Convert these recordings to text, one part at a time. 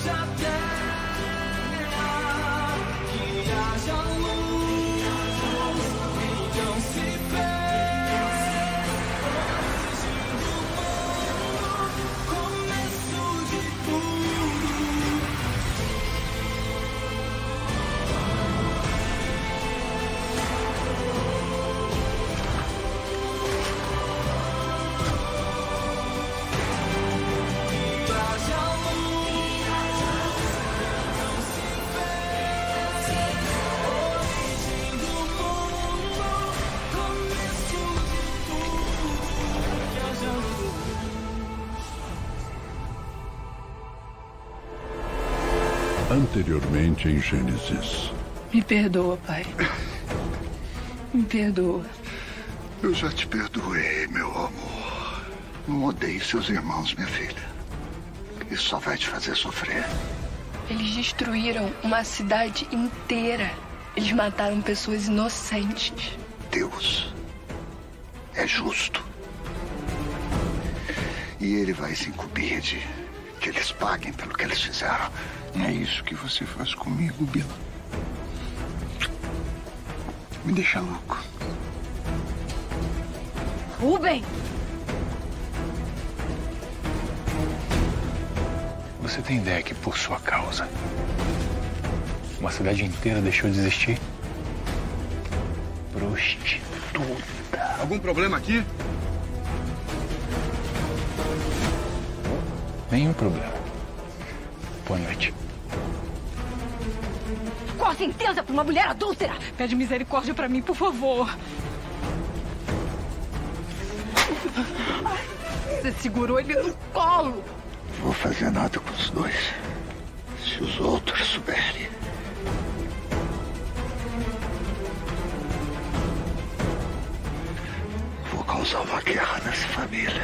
Anteriormente em Gênesis. Me perdoa, pai. Me perdoa. Eu já te perdoei, meu amor. Não odeie seus irmãos, minha filha. Isso só vai te fazer sofrer. Eles destruíram uma cidade inteira. Eles mataram pessoas inocentes. Deus é justo. E ele vai se incumbir de que eles paguem pelo que eles fizeram. É isso que você faz comigo, Bila. Me deixa louco. Rubem! Você tem ideia que por sua causa uma cidade inteira deixou de existir? Prostituta. Algum problema aqui? Nenhum problema. Boa noite. Qual a sentença pra uma mulher adúltera? Pede misericórdia pra mim, por favor. Você segurou ele no colo. Não vou fazer nada com os dois. Se os outros souberem. Vou causar uma guerra nessa família.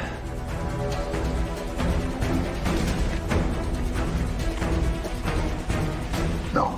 Não.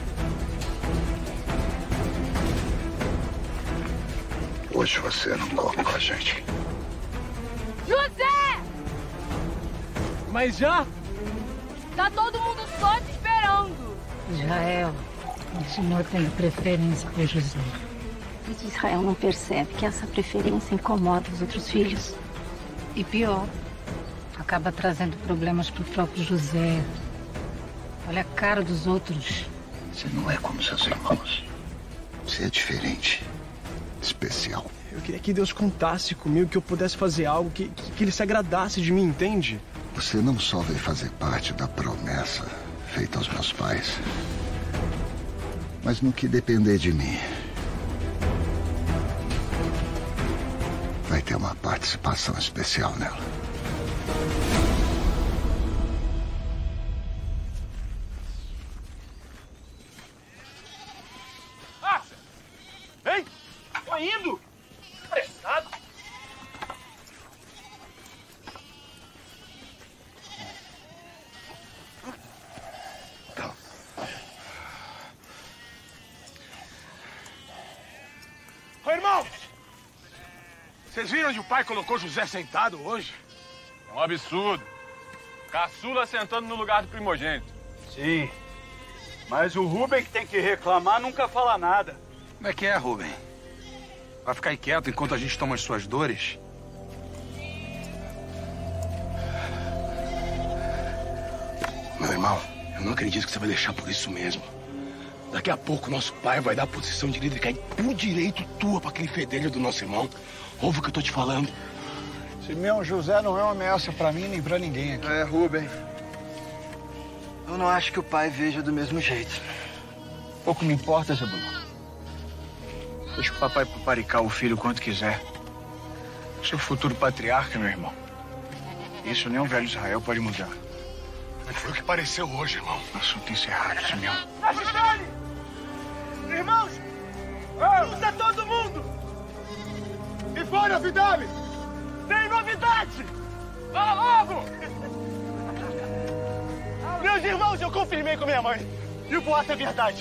Hoje você não come com a gente. José! Mas já? Tá todo mundo só te esperando. Israel, o senhor tem preferência por José. Mas Israel não percebe que essa preferência incomoda os outros filhos. E pior, acaba trazendo problemas pro próprio José. Olha a cara dos outros. Você não é como seus irmãos. Você é diferente. Especial. Eu queria que Deus contasse comigo, que eu pudesse fazer algo, que ele se agradasse de mim, entende? Você não só vai fazer parte da promessa feita aos meus pais, mas no que depender de mim, vai ter uma participação especial nela. Vem! Tô indo! Apressado! Ô, irmão! Vocês viram onde o pai colocou José sentado hoje? É um absurdo. Caçula sentando no lugar do primogênito. Sim. Mas o Rubem que tem que reclamar nunca fala nada. Como é que é, Rubem? Vai ficar aí quieto enquanto a gente toma as suas dores? Meu irmão, eu não acredito que você vai deixar por isso mesmo. Daqui a pouco nosso pai vai dar a posição de líder e cair por direito tua pra aquele fedelho do nosso irmão. Ouve o que eu tô te falando. Simeão José não é uma ameaça pra mim nem pra ninguém aqui. É, Rubem. Eu não acho que o pai veja do mesmo jeito. Pouco me importa, Zebulon. Deixa o papai paparicar o filho quanto quiser. Sou futuro patriarca, meu irmão. Isso nem um velho Israel pode mudar. Não foi o que pareceu hoje, irmão. Assunto encerrado, Simeão. Assistente! Irmãos! Junta todo mundo! E foi novidade! Tem novidade! Fala logo! Meus irmãos, eu confirmei com minha mãe. E o boato é verdade.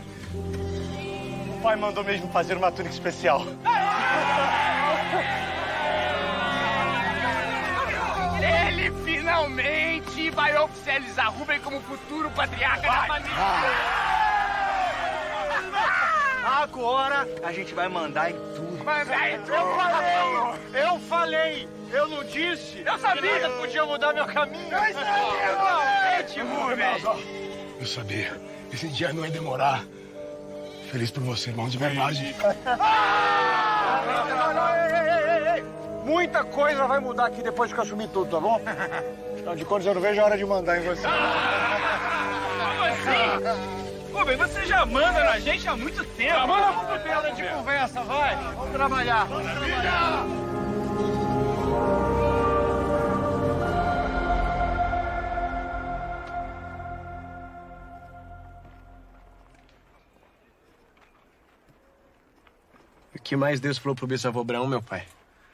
O pai mandou mesmo fazer uma túnica especial. Ele finalmente finalmente vai oficializar Rubem como futuro patriarca da família. Agora a gente vai mandar em tudo. Mandar em tudo. Eu falei! Eu não disse! Eu sabia! Que podia mudar meu caminho! Eu sabia, irmão! Rubem! Eu sabia. Esse dia não ia demorar. Feliz por você, irmão, de verdade. Muita coisa vai mudar aqui depois que eu assumir tudo, tá bom? Afinal de contas, eu não vejo a hora de mandar em você. Como assim? Rubem, você já manda na gente há muito tempo. Tá bom, vamos ter de conversa, vai. Vamos trabalhar. O que mais Deus falou pro bisavô Abraão, meu pai?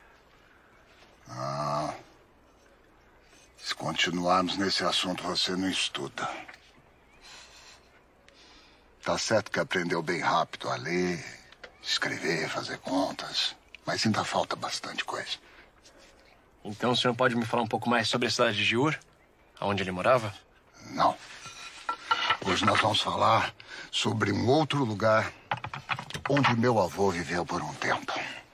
Se continuarmos nesse assunto, você não estuda. Tá certo que aprendeu bem rápido a ler, escrever, fazer contas, mas ainda falta bastante coisa. Então o senhor pode me falar um pouco mais sobre a cidade de Ur? Aonde ele morava? Não. Hoje nós vamos falar sobre um outro lugar onde meu avô viveu por um tempo.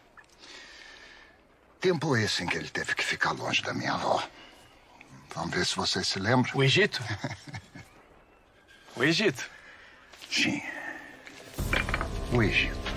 Tempo esse em que ele teve que ficar longe da minha avó. Vamos ver se você se lembra. O Egito? O Egito? Sim. O Egito.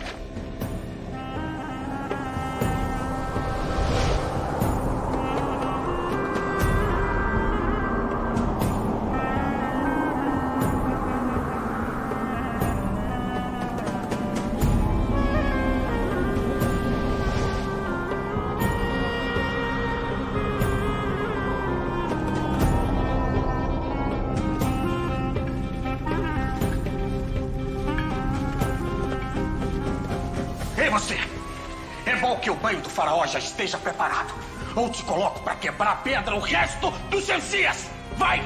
Que o banho do faraó já esteja preparado. Ou te coloco para quebrar a pedra o resto dos seus dias. Vai!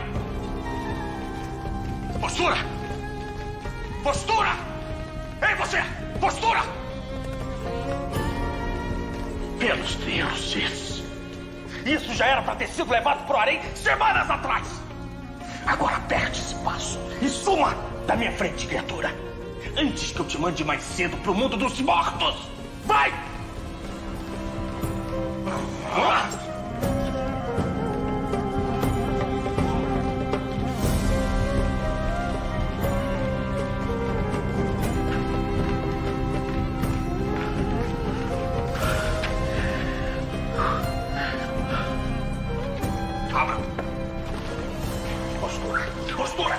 Postura! Postura! Ei, você! Postura! Pelos deuses! Isso já era para ter sido levado pro harém semanas atrás. Agora aperte esse passo e suma da minha frente, criatura. Antes que eu te mande mais cedo pro mundo dos mortos. Vai! Abra. Postura. Postura.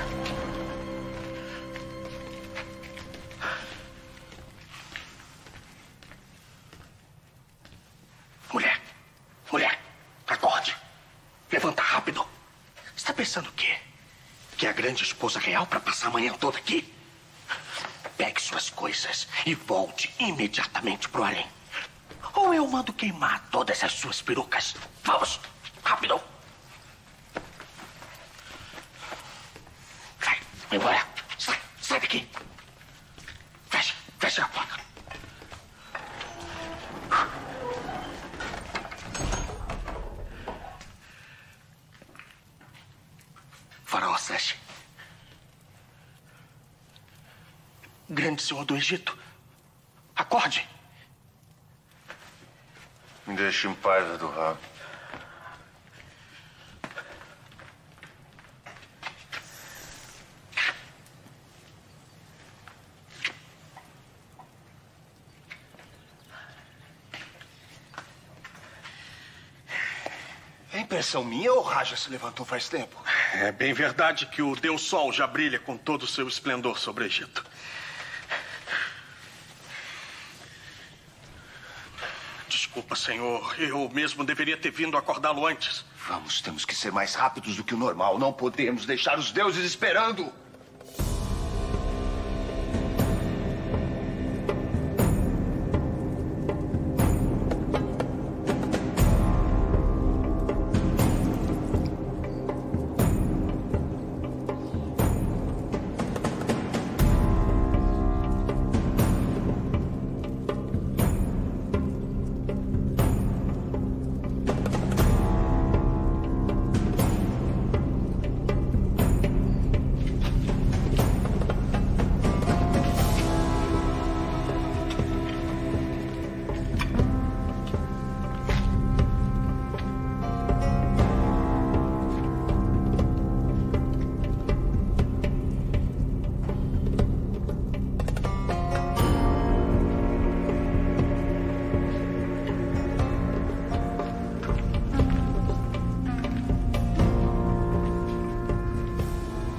Mulher, acorde. Levanta rápido. Está pensando o quê? Que é a grande esposa real para passar a manhã toda aqui? Pegue suas coisas e volte imediatamente pro harém. Ou eu mando queimar todas as suas perucas. Vamos, rápido. Vai embora. Sai daqui. Fecha a porta. Faraó Sete. Grande senhor do Egito. Acorde. Me deixe em paz, Adurra. É impressão minha ou o Raja se levantou faz tempo? É bem verdade que o Deus Sol já brilha com todo o seu esplendor sobre o Egito. Desculpa, senhor. Eu mesmo deveria ter vindo acordá-lo antes. Vamos, temos que ser mais rápidos do que o normal. Não podemos deixar os deuses esperando.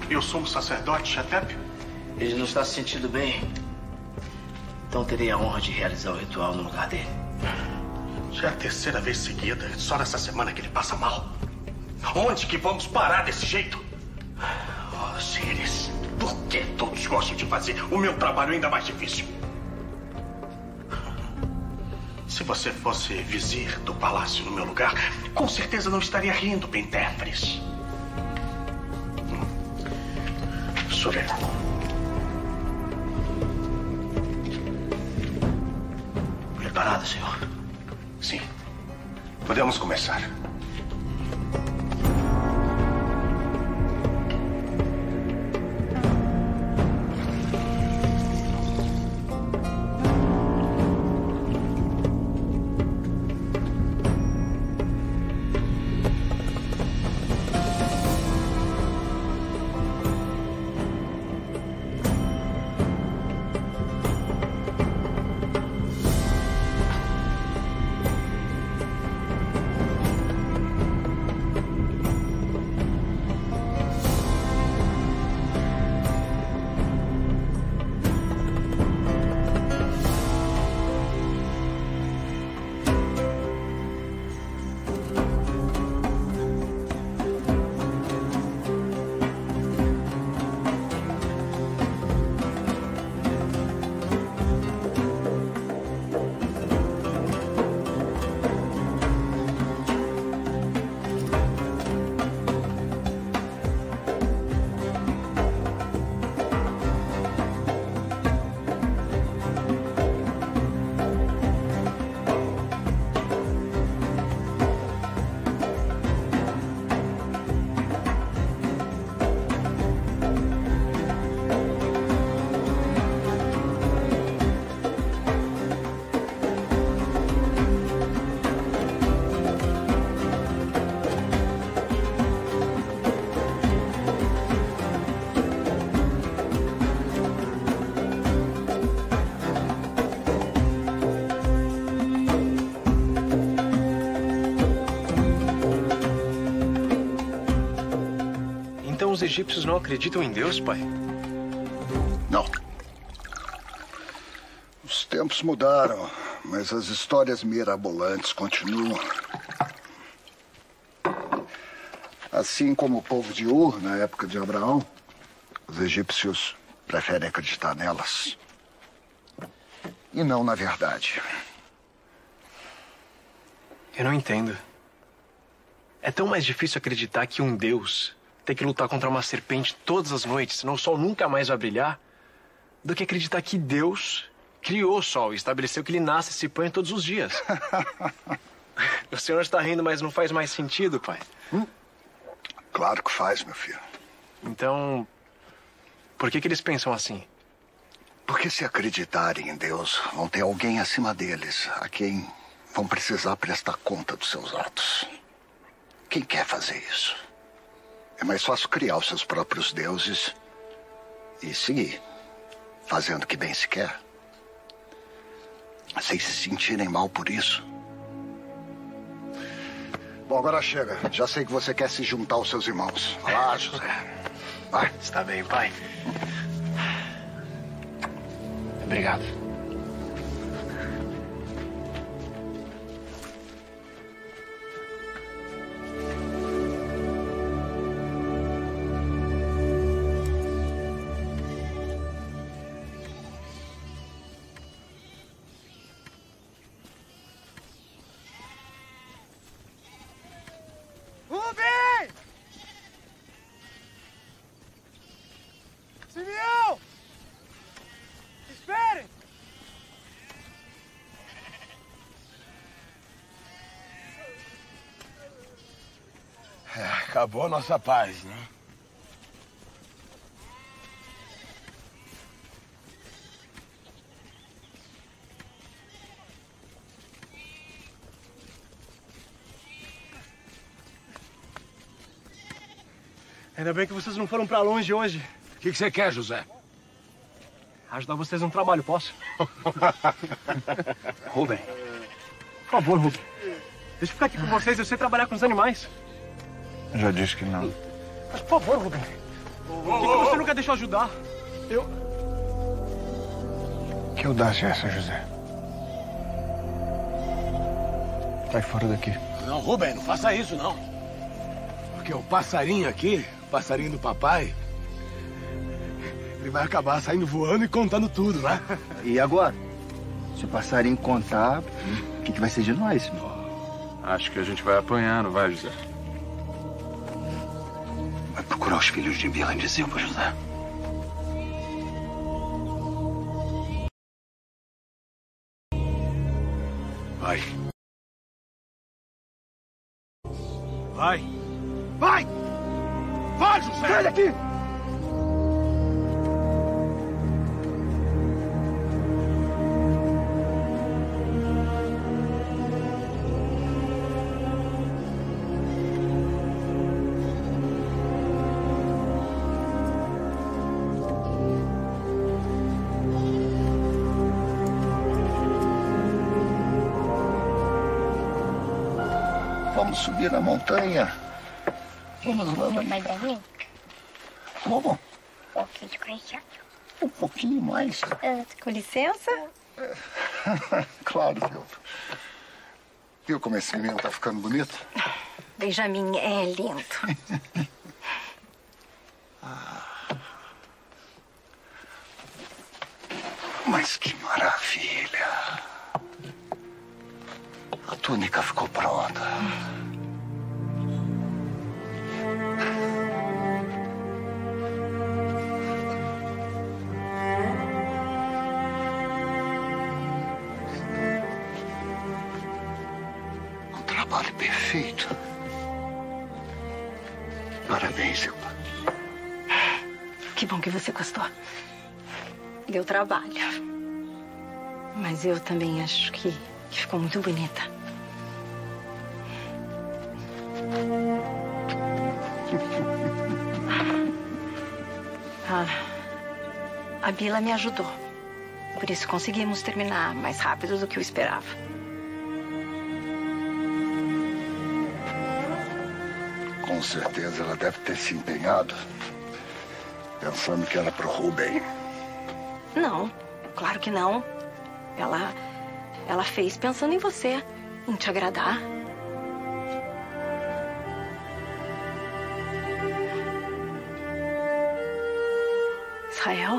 Eu sou um sacerdote, Chetep? Ele não está se sentindo bem. Então terei a honra de realizar o ritual no lugar dele. Já é a terceira vez seguida, só nessa semana que ele passa mal. Onde que vamos parar desse jeito? Oh, Osiris, por que todos gostam de fazer o meu trabalho ainda mais difícil? Se você fosse vizir do palácio no meu lugar, com certeza não estaria rindo, Pentéfres. Suré. Preparado, senhor? Sim. Podemos começar. Os egípcios não acreditam em Deus, pai? Não. Os tempos mudaram, mas as histórias mirabolantes continuam. Assim como o povo de Ur, na época de Abraão, os egípcios preferem acreditar nelas. E não na verdade. Eu não entendo. É tão mais difícil acreditar que um Deus ter que lutar contra uma serpente todas as noites, senão o sol nunca mais vai brilhar, do que acreditar que Deus criou o sol e estabeleceu que ele nasce e se põe todos os dias. O senhor está rindo, mas não faz mais sentido, pai. Claro que faz, meu filho. Então, por que eles pensam assim? Porque se acreditarem em Deus, vão ter alguém acima deles, a quem vão precisar prestar conta dos seus atos. Quem quer fazer isso? É mais fácil criar os seus próprios deuses e seguir, fazendo o que bem se quer. Sem se sentirem mal por isso. Bom, agora chega. Já sei que você quer se juntar aos seus irmãos. Vai lá, José. Vai. Está bem, pai. Obrigado. Simeão! Espere! Acabou a nossa paz, né? Ainda bem que vocês não foram pra longe hoje. O que você quer, José? Ajudar vocês no trabalho, posso? Rubem. Por favor, Rubem. Deixa eu ficar aqui com vocês, eu sei trabalhar com os animais. Já disse que não. Mas, por favor, Rubem. Por que você nunca deixou ajudar? Que audácia é essa, José? Sai fora daqui. Não, Rubem, não faça isso, não. Porque o passarinho aqui, o passarinho do papai, ele vai acabar saindo voando e contando tudo, né? E agora? Se o passarinho contar, o que vai ser de nós? Acho que a gente vai apanhar, não vai, José? Vai procurar os filhos de Bila de Silva, José. Vai. Vai! Vai! Vai, José! Sai daqui! Vamos subir na montanha. Vamos mais velhinho? Vamos. Um pouquinho de conhecimento. Um pouquinho mais. Com licença? Claro, viu? Viu como esse menino tá ficando bonito? Benjamin é lindo. Mas que maravilha. A túnica ficou pronta. Um trabalho perfeito. Parabéns, Silva. Que bom que você gostou. Deu trabalho. Mas eu também acho que ficou muito bonita. A Bila me ajudou. Por isso conseguimos terminar mais rápido do que eu esperava. Com certeza ela deve ter se empenhado, pensando que era pro Rubem. Não, claro que não. Ela fez pensando em você, em te agradar. Israel,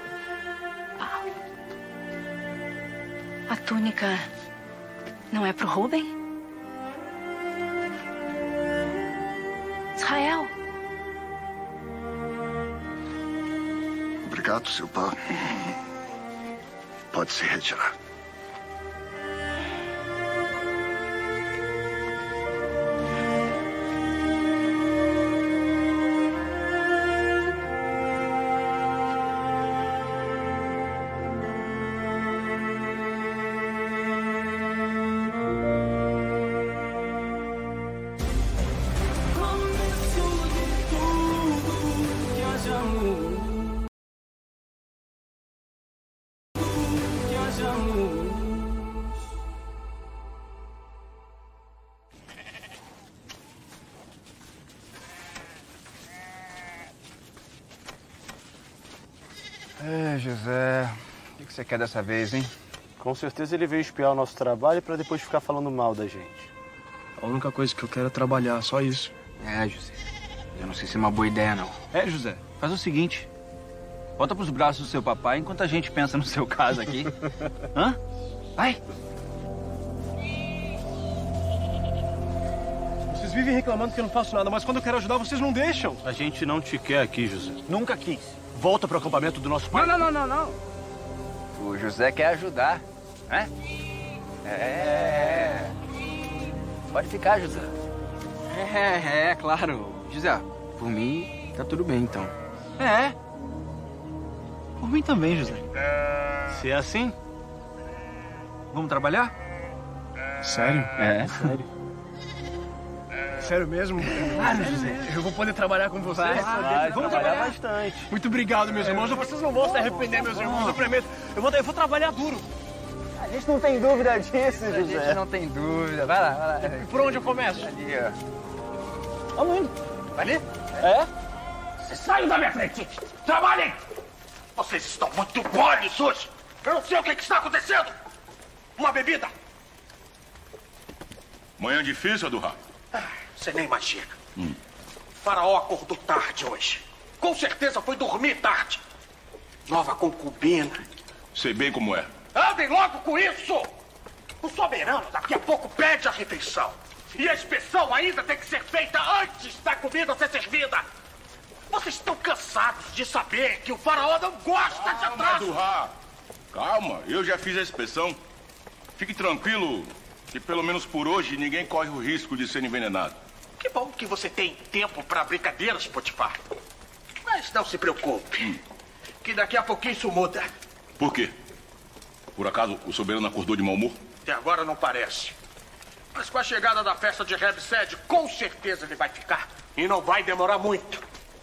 a túnica não é pro Rubem? Israel. Obrigado, Silva. Pode se retirar. José, o que você quer dessa vez, hein? Com certeza ele veio espiar o nosso trabalho pra depois ficar falando mal da gente. A única coisa que eu quero é trabalhar, só isso. José. Eu não sei se é uma boa ideia, não. José, faz o seguinte. Volta pros braços do seu papai enquanto a gente pensa no seu caso aqui. Hã? Vai. Vocês vivem reclamando que eu não faço nada, mas quando eu quero ajudar, vocês não deixam. A gente não te quer aqui, José. Nunca quis. Volta pro acampamento do nosso pai. Não. O José quer ajudar, né? Pode ficar, José. Claro. José, por mim, tá tudo bem, então. Por mim também, José. Se é assim, vamos trabalhar? Sério? Sério. Sério mesmo? Claro, José. Eu vou poder trabalhar com vocês? Vamos trabalhar bastante. Muito obrigado, meus irmãos. Vocês não vão se arrepender, meus irmãos, eu prometo. Eu vou trabalhar duro. A gente não tem dúvida disso, José. A gente não tem dúvida. Vai lá. E por onde eu começo? Ali, ó. Vamos indo. Ali? Saiam da minha frente! Trabalhem! Vocês estão muito moles hoje! Eu não sei o que está acontecendo! Uma bebida! Manhã difícil, Adurra? Você nem imagina. O faraó acordou tarde hoje. Com certeza foi dormir tarde. Nova concubina. Sei bem como é. Andem logo com isso! O soberano daqui a pouco pede a refeição. E a inspeção ainda tem que ser feita antes da comida ser servida. Vocês estão cansados de saber que o faraó não gosta de atraso. Adurra! Calma, eu já fiz a inspeção. Fique tranquilo que pelo menos por hoje ninguém corre o risco de ser envenenado. Que bom que você tem tempo para brincadeiras, Potifar. Mas não se preocupe, que daqui a pouquinho isso muda. Por quê? Por acaso o soberano acordou de mau humor? Até agora não parece. Mas com a chegada da festa de Rebsed, com certeza ele vai ficar. E não vai demorar muito.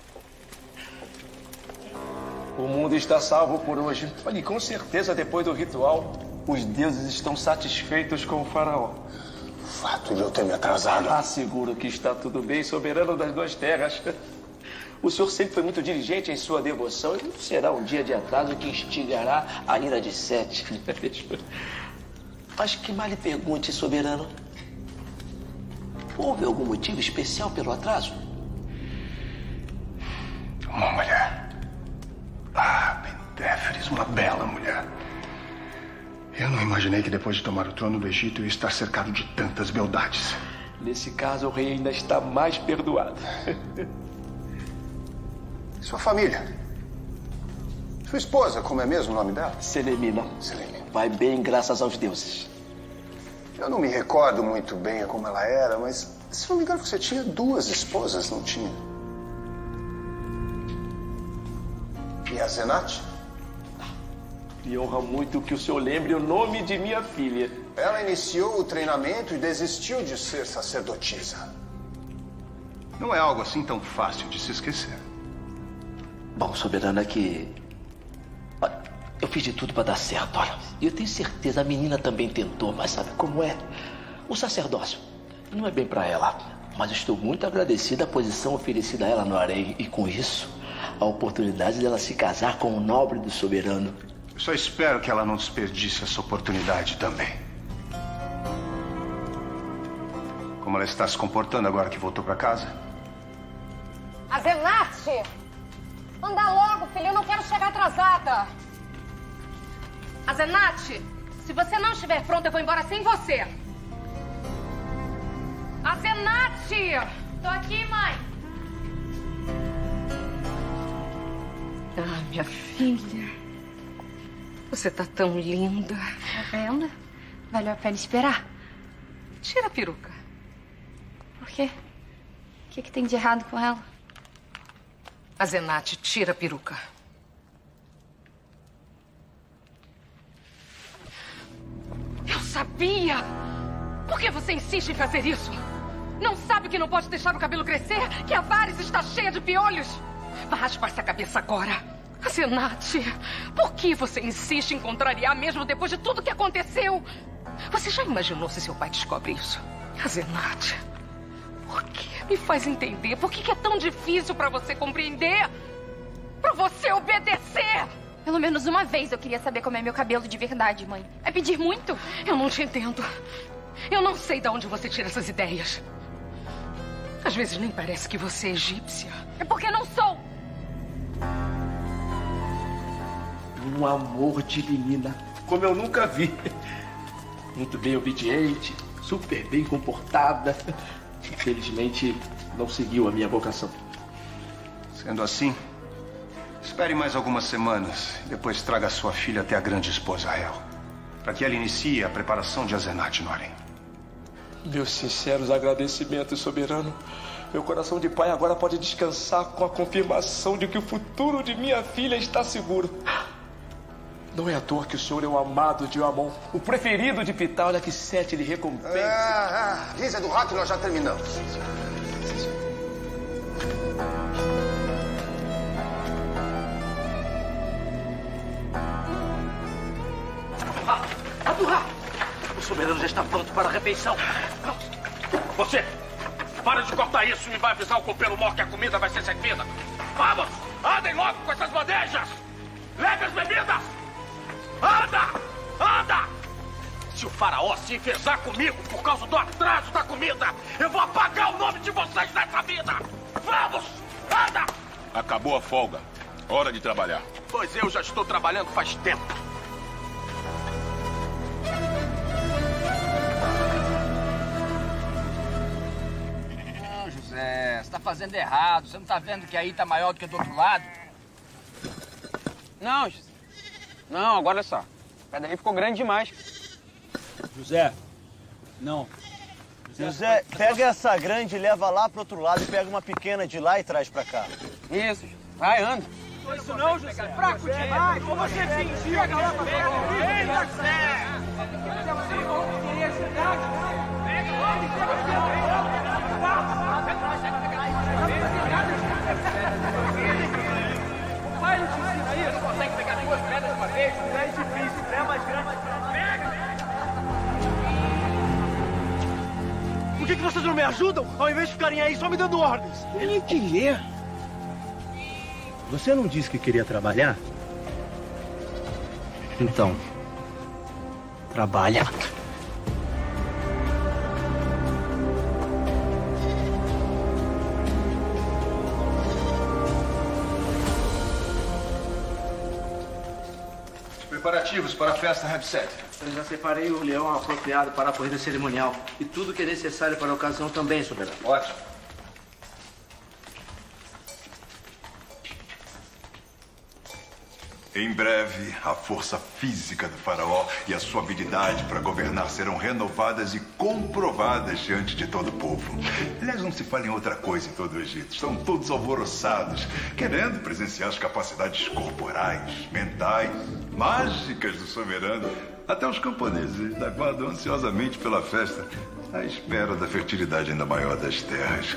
O mundo está salvo por hoje. Olha, com certeza depois do ritual, os deuses estão satisfeitos com o faraó. O fato de eu ter me atrasado. Asseguro que está tudo bem, soberano das duas terras. O senhor sempre foi muito diligente em sua devoção e não será um dia de atraso que instigará a ira de Sete. Mas que mal lhe pergunte, soberano. Houve algum motivo especial pelo atraso? Uma mulher. Pentéferes, uma bela mulher. Eu não imaginei que depois de tomar o trono do Egito eu ia estar cercado de tantas beldades. Nesse caso, o rei ainda está mais perdoado. Sua família? Sua esposa, como é mesmo o nome dela? Selemina. Vai bem, graças aos deuses. Eu não me recordo muito bem como ela era, mas se não me engano você tinha 2 esposas, não tinha? E a Zenate? Me honra muito que o senhor lembre o nome de minha filha. Ela iniciou o treinamento e desistiu de ser sacerdotisa. Não é algo assim tão fácil de se esquecer. Bom, soberano, é que... Olha, eu fiz de tudo para dar certo, olha. E eu tenho certeza, a menina também tentou, mas sabe como é? O sacerdócio não é bem para ela. Mas estou muito agradecida à posição oferecida a ela no harém. E com isso, a oportunidade dela se casar com o nobre do soberano. Eu só espero que ela não desperdice essa oportunidade também. Como ela está se comportando agora que voltou para casa? A Zenate! Anda logo, filho, eu não quero chegar atrasada. A Zenate, se você não estiver pronta, eu vou embora sem você. A Zenate! Tô aqui, mãe. Ah, minha filha. Você tá tão linda. Tá vendo? Valeu a pena esperar. Tira a peruca. Por quê? O que tem de errado com ela? A Zenate, tira a peruca. Eu sabia! Por que você insiste em fazer isso? Não sabe que não pode deixar o cabelo crescer? Que a Vares está cheia de piolhos? Vai raspar essa cabeça agora. A Zenate, por que você insiste em contrariar mesmo depois de tudo que aconteceu? Você já imaginou se seu pai descobre isso? A Zenate, por que? Me faz entender. Por que é tão difícil para você compreender? Para você obedecer? Pelo menos uma vez eu queria saber como é meu cabelo de verdade, mãe. É pedir muito? Eu não te entendo. Eu não sei de onde você tira essas ideias. Às vezes nem parece que você é egípcia. É porque não sou. Um amor de menina, como eu nunca vi. Muito bem obediente, super bem comportada. Infelizmente, não seguiu a minha vocação. Sendo assim, espere mais algumas semanas e depois traga sua filha até a grande esposa Hel, para que ela inicie a preparação de Azenate no harém. Meus sinceros agradecimentos, soberano. Meu coração de pai agora pode descansar com a confirmação de que o futuro de minha filha está seguro. Não é à toa que o senhor é o amado de Amon, o preferido de Pitá. Olha que Sete lhe recompensa. Avisa do rato, nós já terminamos. Adurra! O soberano já está pronto para a refeição. Você, para de cortar isso e vai avisar o copeiro mor que a comida vai ser servida. Vamos! Andem logo com essas bandejas! Leve as bebidas! Anda! Anda! Se o faraó se enfesar comigo por causa do atraso da comida, eu vou apagar o nome de vocês dessa vida! Vamos! Anda! Acabou a folga. Hora de trabalhar. Pois eu já estou trabalhando faz tempo. Não, José, você tá fazendo errado. Você não tá vendo que aí tá maior do que do outro lado? Não, José. Não, agora olha só. O pé daí ficou grande demais. José, não. José, pega essa grande e leva lá pro outro lado e pega uma pequena de lá e traz pra cá. Isso, José. Vai, anda. Isso não, José. Fraco demais. Como você fingiu? Pega lá pra cá. Vem, José. Queria cidade. Pega logo e o pai não te ensina isso. Consegue pegar duas pedras de uma vez? Não é difícil, é mais grande. Pega. Por que vocês não me ajudam? Ao invés de ficarem aí só me dando ordens. Ele queria. Você não disse que queria trabalhar? Então, trabalha. Preparativos para a festa Headset. Eu já separei o leão apropriado para a corrida cerimonial. E tudo que é necessário para a ocasião também, soberano. Ótimo. Em breve, a força física do faraó e a sua habilidade para governar serão renovadas e comprovadas diante de todo o povo. Aliás, não se fala em outra coisa em todo o Egito. Estão todos alvoroçados, querendo presenciar as capacidades corporais, mentais, mágicas do soberano. Até os camponeses aguardam ansiosamente pela festa, à espera da fertilidade ainda maior das terras.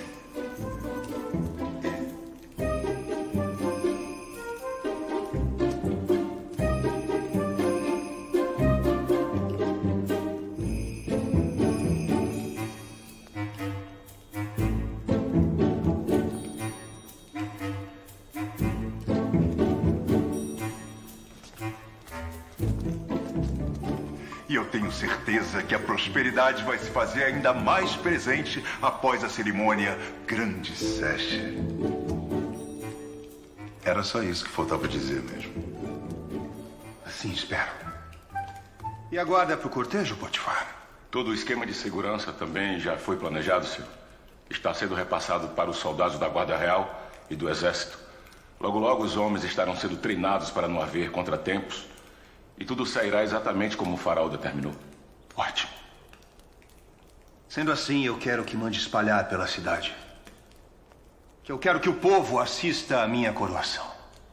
Certeza que a prosperidade vai se fazer ainda mais presente após a cerimônia Grande Sesh. Era só isso que faltava dizer mesmo. Assim espero. E a guarda para o cortejo, Potifar? Todo o esquema de segurança também já foi planejado, senhor. Está sendo repassado para os soldados da Guarda Real e do Exército. Logo, logo os homens estarão sendo treinados para não haver contratempos. E tudo sairá exatamente como o faraó determinou. Ótimo. Sendo assim, eu quero que mande espalhar pela cidade. Que eu quero que o povo assista à minha coroação.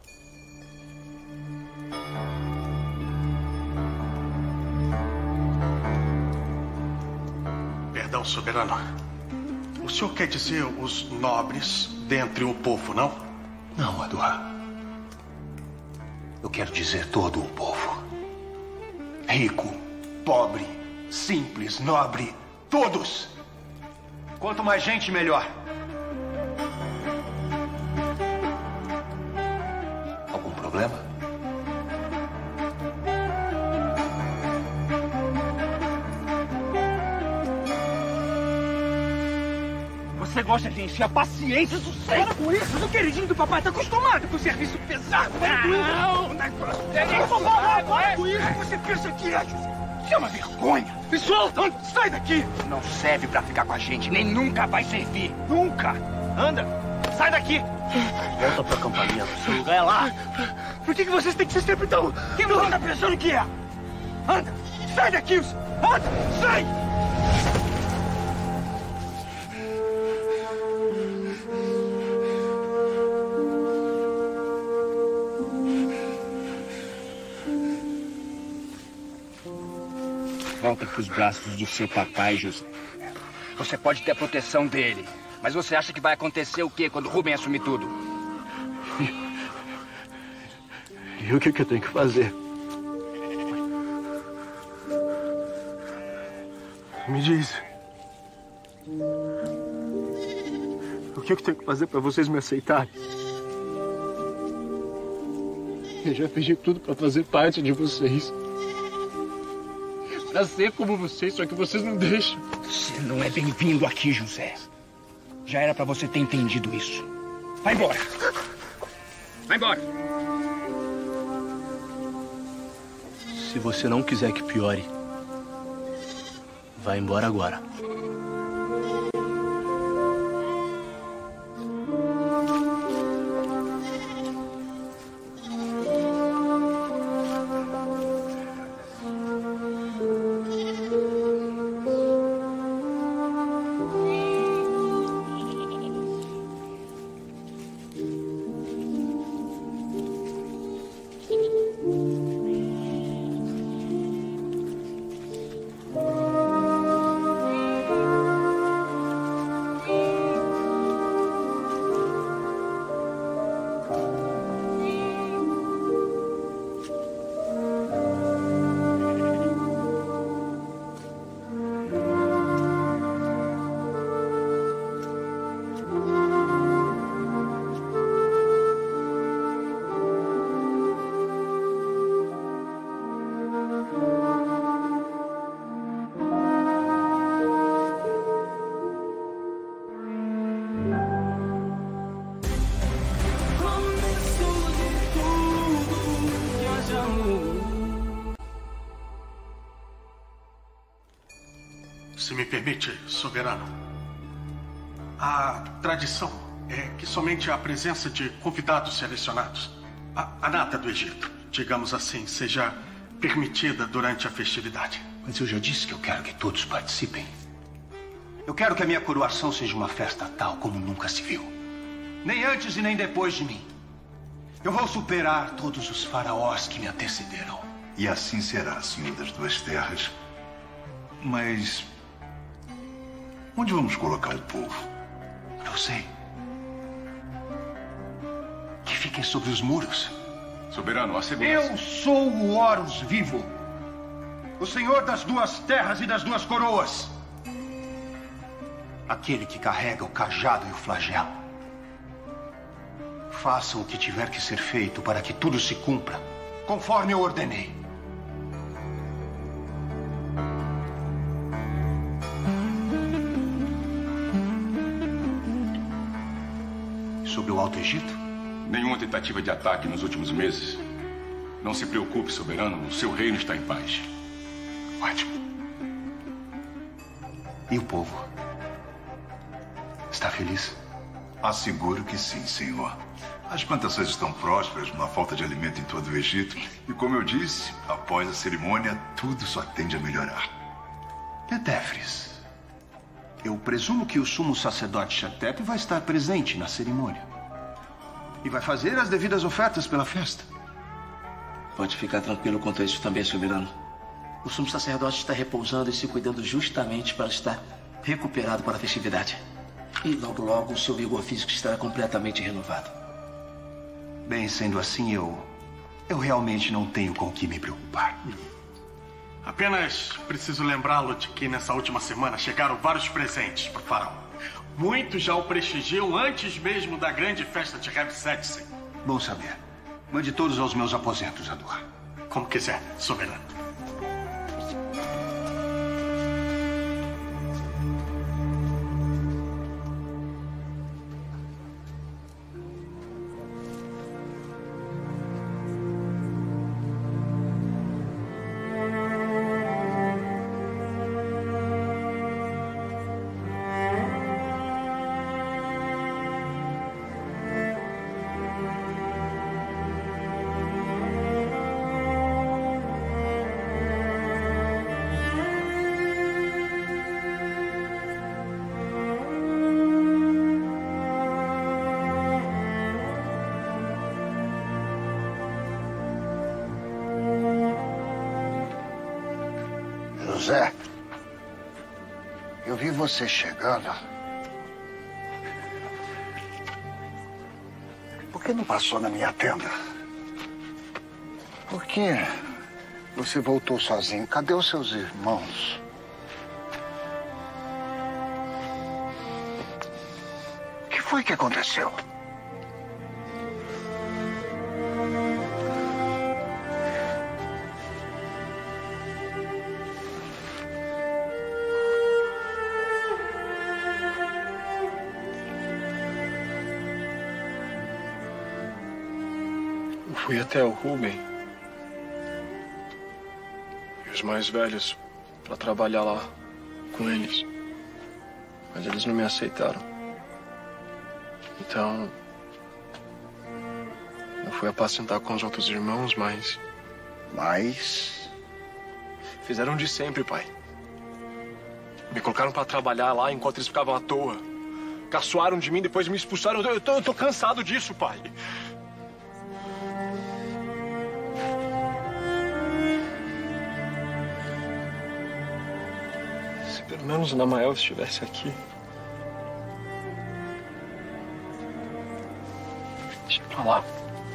Perdão, soberano. O senhor quer dizer os nobres dentre o povo, não? Não, Aduá. Eu quero dizer todo o povo. Rico, pobre, simples, nobre, todos. Quanto mais gente, melhor. Algum problema? Você gosta de encher a paciência do cérebro com isso? O queridinho do papai tá acostumado com o serviço pesado. Não, não é com isso que você pensa que é, José. Isso é uma vergonha. Me solta! Sai daqui! Não serve pra ficar com a gente, nem nunca vai servir. Nunca! Anda! Sai daqui! Volta pro acampamento. Seu lugar é lá. Por que vocês têm que ser sempre tão... Quem você tá pensando que é? Anda! Sai daqui! Anda! Sai! Volta pros braços do seu papai, José. Você pode ter a proteção dele, mas você acha que vai acontecer o quê quando Rubem assumir tudo? E o que eu tenho que fazer? Me diz. O que eu tenho que fazer para vocês me aceitarem? Eu já fiz de tudo pra fazer parte de vocês. Pra ser como vocês, só que vocês não deixam. Você não é bem-vindo aqui, José. Já era pra você ter entendido isso. Vai embora. Vai embora. Se você não quiser que piore, vai embora agora. Se me permite, soberano. A tradição é que somente a presença de convidados selecionados, a nata do Egito, digamos assim, seja permitida durante a festividade. Mas eu já disse que eu quero que todos participem. Eu quero que a minha coroação seja uma festa tal como nunca se viu. Nem antes e nem depois de mim. Eu vou superar todos os faraós que me antecederam. E assim será, Senhor das Duas Terras. Mas onde vamos colocar o povo? Não sei. Que fiquem sobre os muros. Soberano, a segurança. Eu sou o Horus vivo. O Senhor das Duas Terras e das Duas Coroas. Aquele que carrega o cajado e o flagelo. Façam o que tiver que ser feito para que tudo se cumpra, conforme eu ordenei. Sobre o Alto Egito? Nenhuma tentativa de ataque nos últimos meses. Não se preocupe, soberano. O seu reino está em paz. Ótimo. E o povo? Está feliz? Asseguro que sim, senhor. As plantações estão prósperas, não há falta de alimento em todo o Egito. E como eu disse, após a cerimônia, tudo só tende a melhorar. Tetéfres, eu presumo que o sumo sacerdote Xantep vai estar presente na cerimônia. E vai fazer as devidas ofertas pela festa. Pode ficar tranquilo quanto a isso também, soberano. O sumo sacerdote está repousando e se cuidando justamente para estar recuperado para a festividade. E logo, logo, o seu vigor físico estará completamente renovado. Bem, sendo assim, eu realmente não tenho com o que me preocupar. Apenas preciso lembrá-lo de que nessa última semana chegaram vários presentes para o faraó. Muitos já o prestigiam antes mesmo da grande festa de Ramsés. Bom saber. Mande todos aos meus aposentos, Ador. Como quiser, soberano. José, eu vi você chegando. Por que não passou na minha tenda? Por que você voltou sozinho? Cadê os seus irmãos? O que foi que aconteceu? Eu fui até o Ruben e os mais velhos para trabalhar lá com eles. Mas eles não me aceitaram. Então, eu fui apacentar com os outros irmãos, mas... Mas? Fizeram de sempre, pai. Me colocaram para trabalhar lá enquanto eles ficavam à toa. Caçoaram de mim, depois me expulsaram. Eu tô cansado disso, pai. Se pelo menos o Namael estivesse aqui. Deixa pra lá.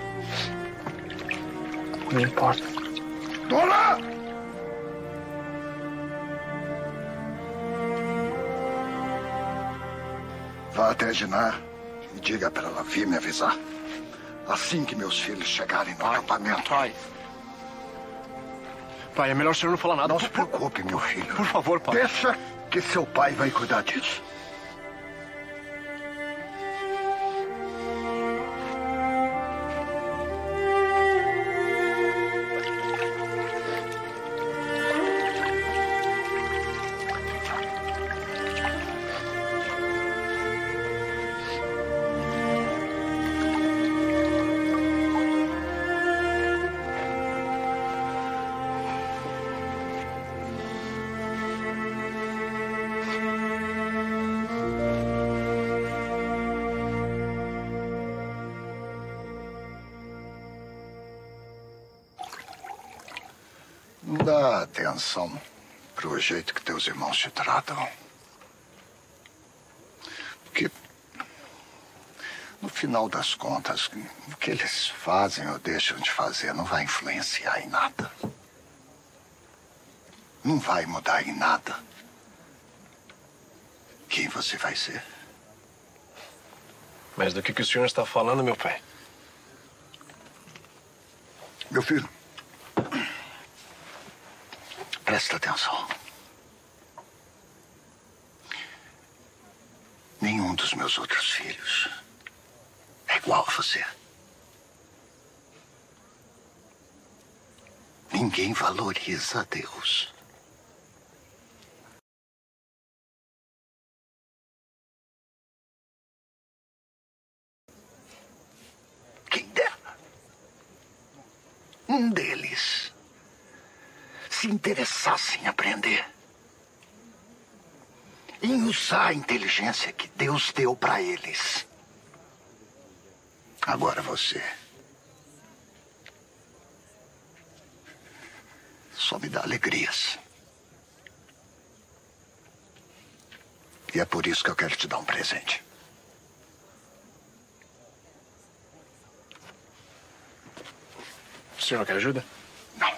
Não importa. Dona! Vá até a Giná e diga para ela vir me avisar. Assim que meus filhos chegarem no acampamento. Pai, é melhor o senhor não falar nada. Não se preocupe, meu filho. Por favor, pai. Deixa que seu pai vai cuidar disso. Dá atenção pro jeito que teus irmãos te tratam. Porque, no final das contas, o que eles fazem ou deixam de fazer não vai influenciar em nada. Não vai mudar em nada quem você vai ser. Mas do que o senhor está falando, meu pai? Meu filho, presta atenção. Nenhum dos meus outros filhos é igual a você. Ninguém valoriza a Deus. Quem dera um deles se interessasse em aprender, em usar a inteligência que Deus deu para eles. Agora você só me dá alegrias. E é por isso que eu quero te dar um presente. O senhor quer ajuda? Não.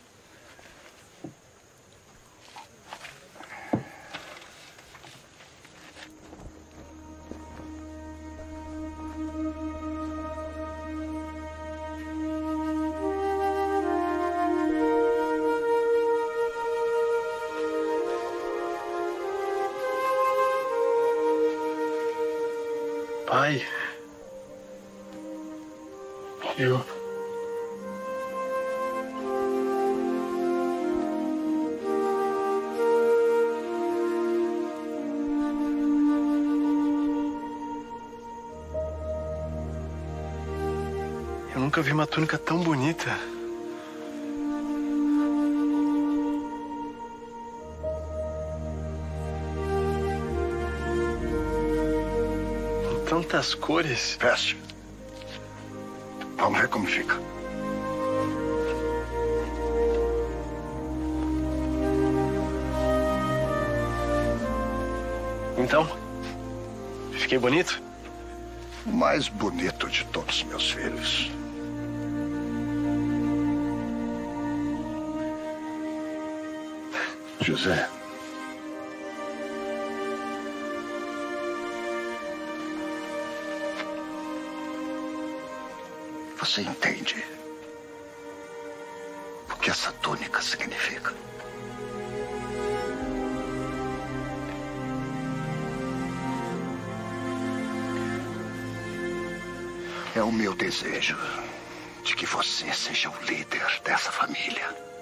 Pai, eu nunca vi uma túnica tão bonita. Tantas cores. Veste. Vamos ver como fica. Então, fiquei bonito? O mais bonito de todos os meus filhos. José. Você entende o que essa túnica significa? É o meu desejo de que você seja o líder dessa família.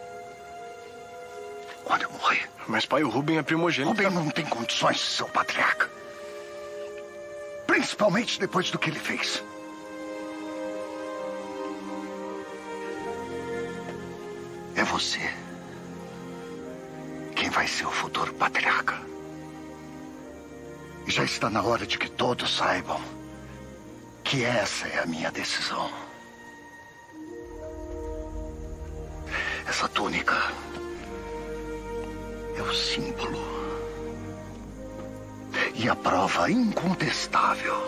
Quando eu morrer. Mas, pai, o Rubem é primogênito. Rubem não tem condições de ser o patriarca. Principalmente depois do que ele fez. É você quem vai ser o futuro patriarca. E já está na hora de que todos saibam que essa é a minha decisão. Essa túnica é o símbolo e a prova incontestável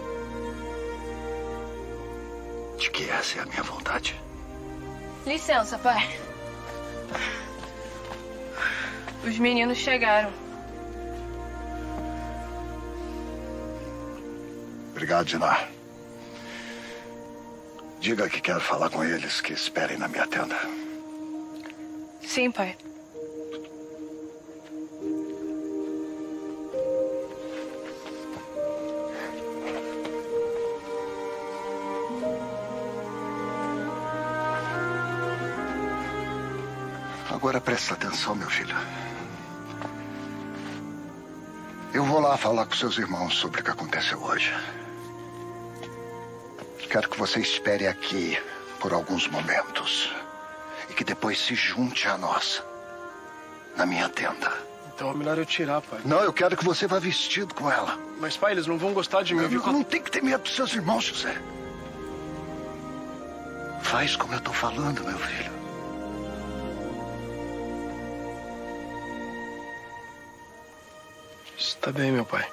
de que essa é a minha vontade. Licença, pai. Os meninos chegaram. Obrigado, Dinar. Diga que quero falar com eles, que esperem na minha tenda. Sim, pai. Agora presta atenção, meu filho. Eu vou lá falar com seus irmãos sobre o que aconteceu hoje. Quero que você espere aqui por alguns momentos. E que depois se junte a nós. Na minha tenda. Então é melhor eu tirar, pai. Não, eu quero que você vá vestido com ela. Mas, pai, eles não vão gostar de mim. Não tem que ter medo dos seus irmãos, José. Faz como eu tô falando, meu filho. Está bem, meu pai.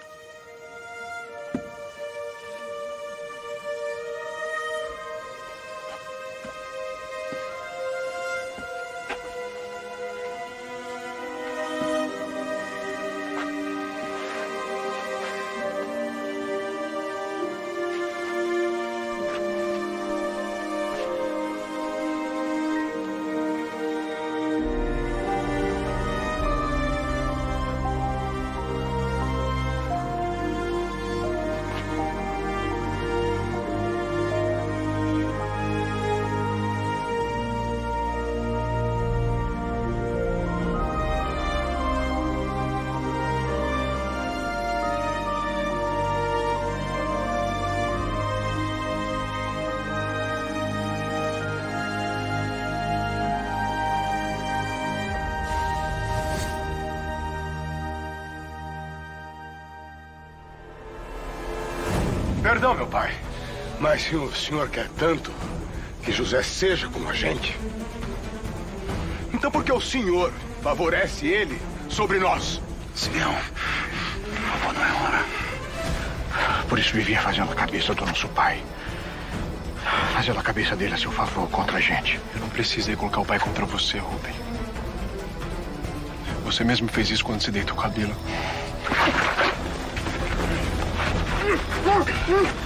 Perdão, meu pai. Mas se o senhor quer tanto que José seja como a gente, então por que o senhor favorece ele sobre nós? Simeão, por favor, não é hora. Por isso vivia fazendo a cabeça do nosso pai. Fazendo a cabeça dele a seu favor contra a gente. Eu não precisei colocar o pai contra você, Rubem. Você mesmo fez isso quando se deitou o cabelo.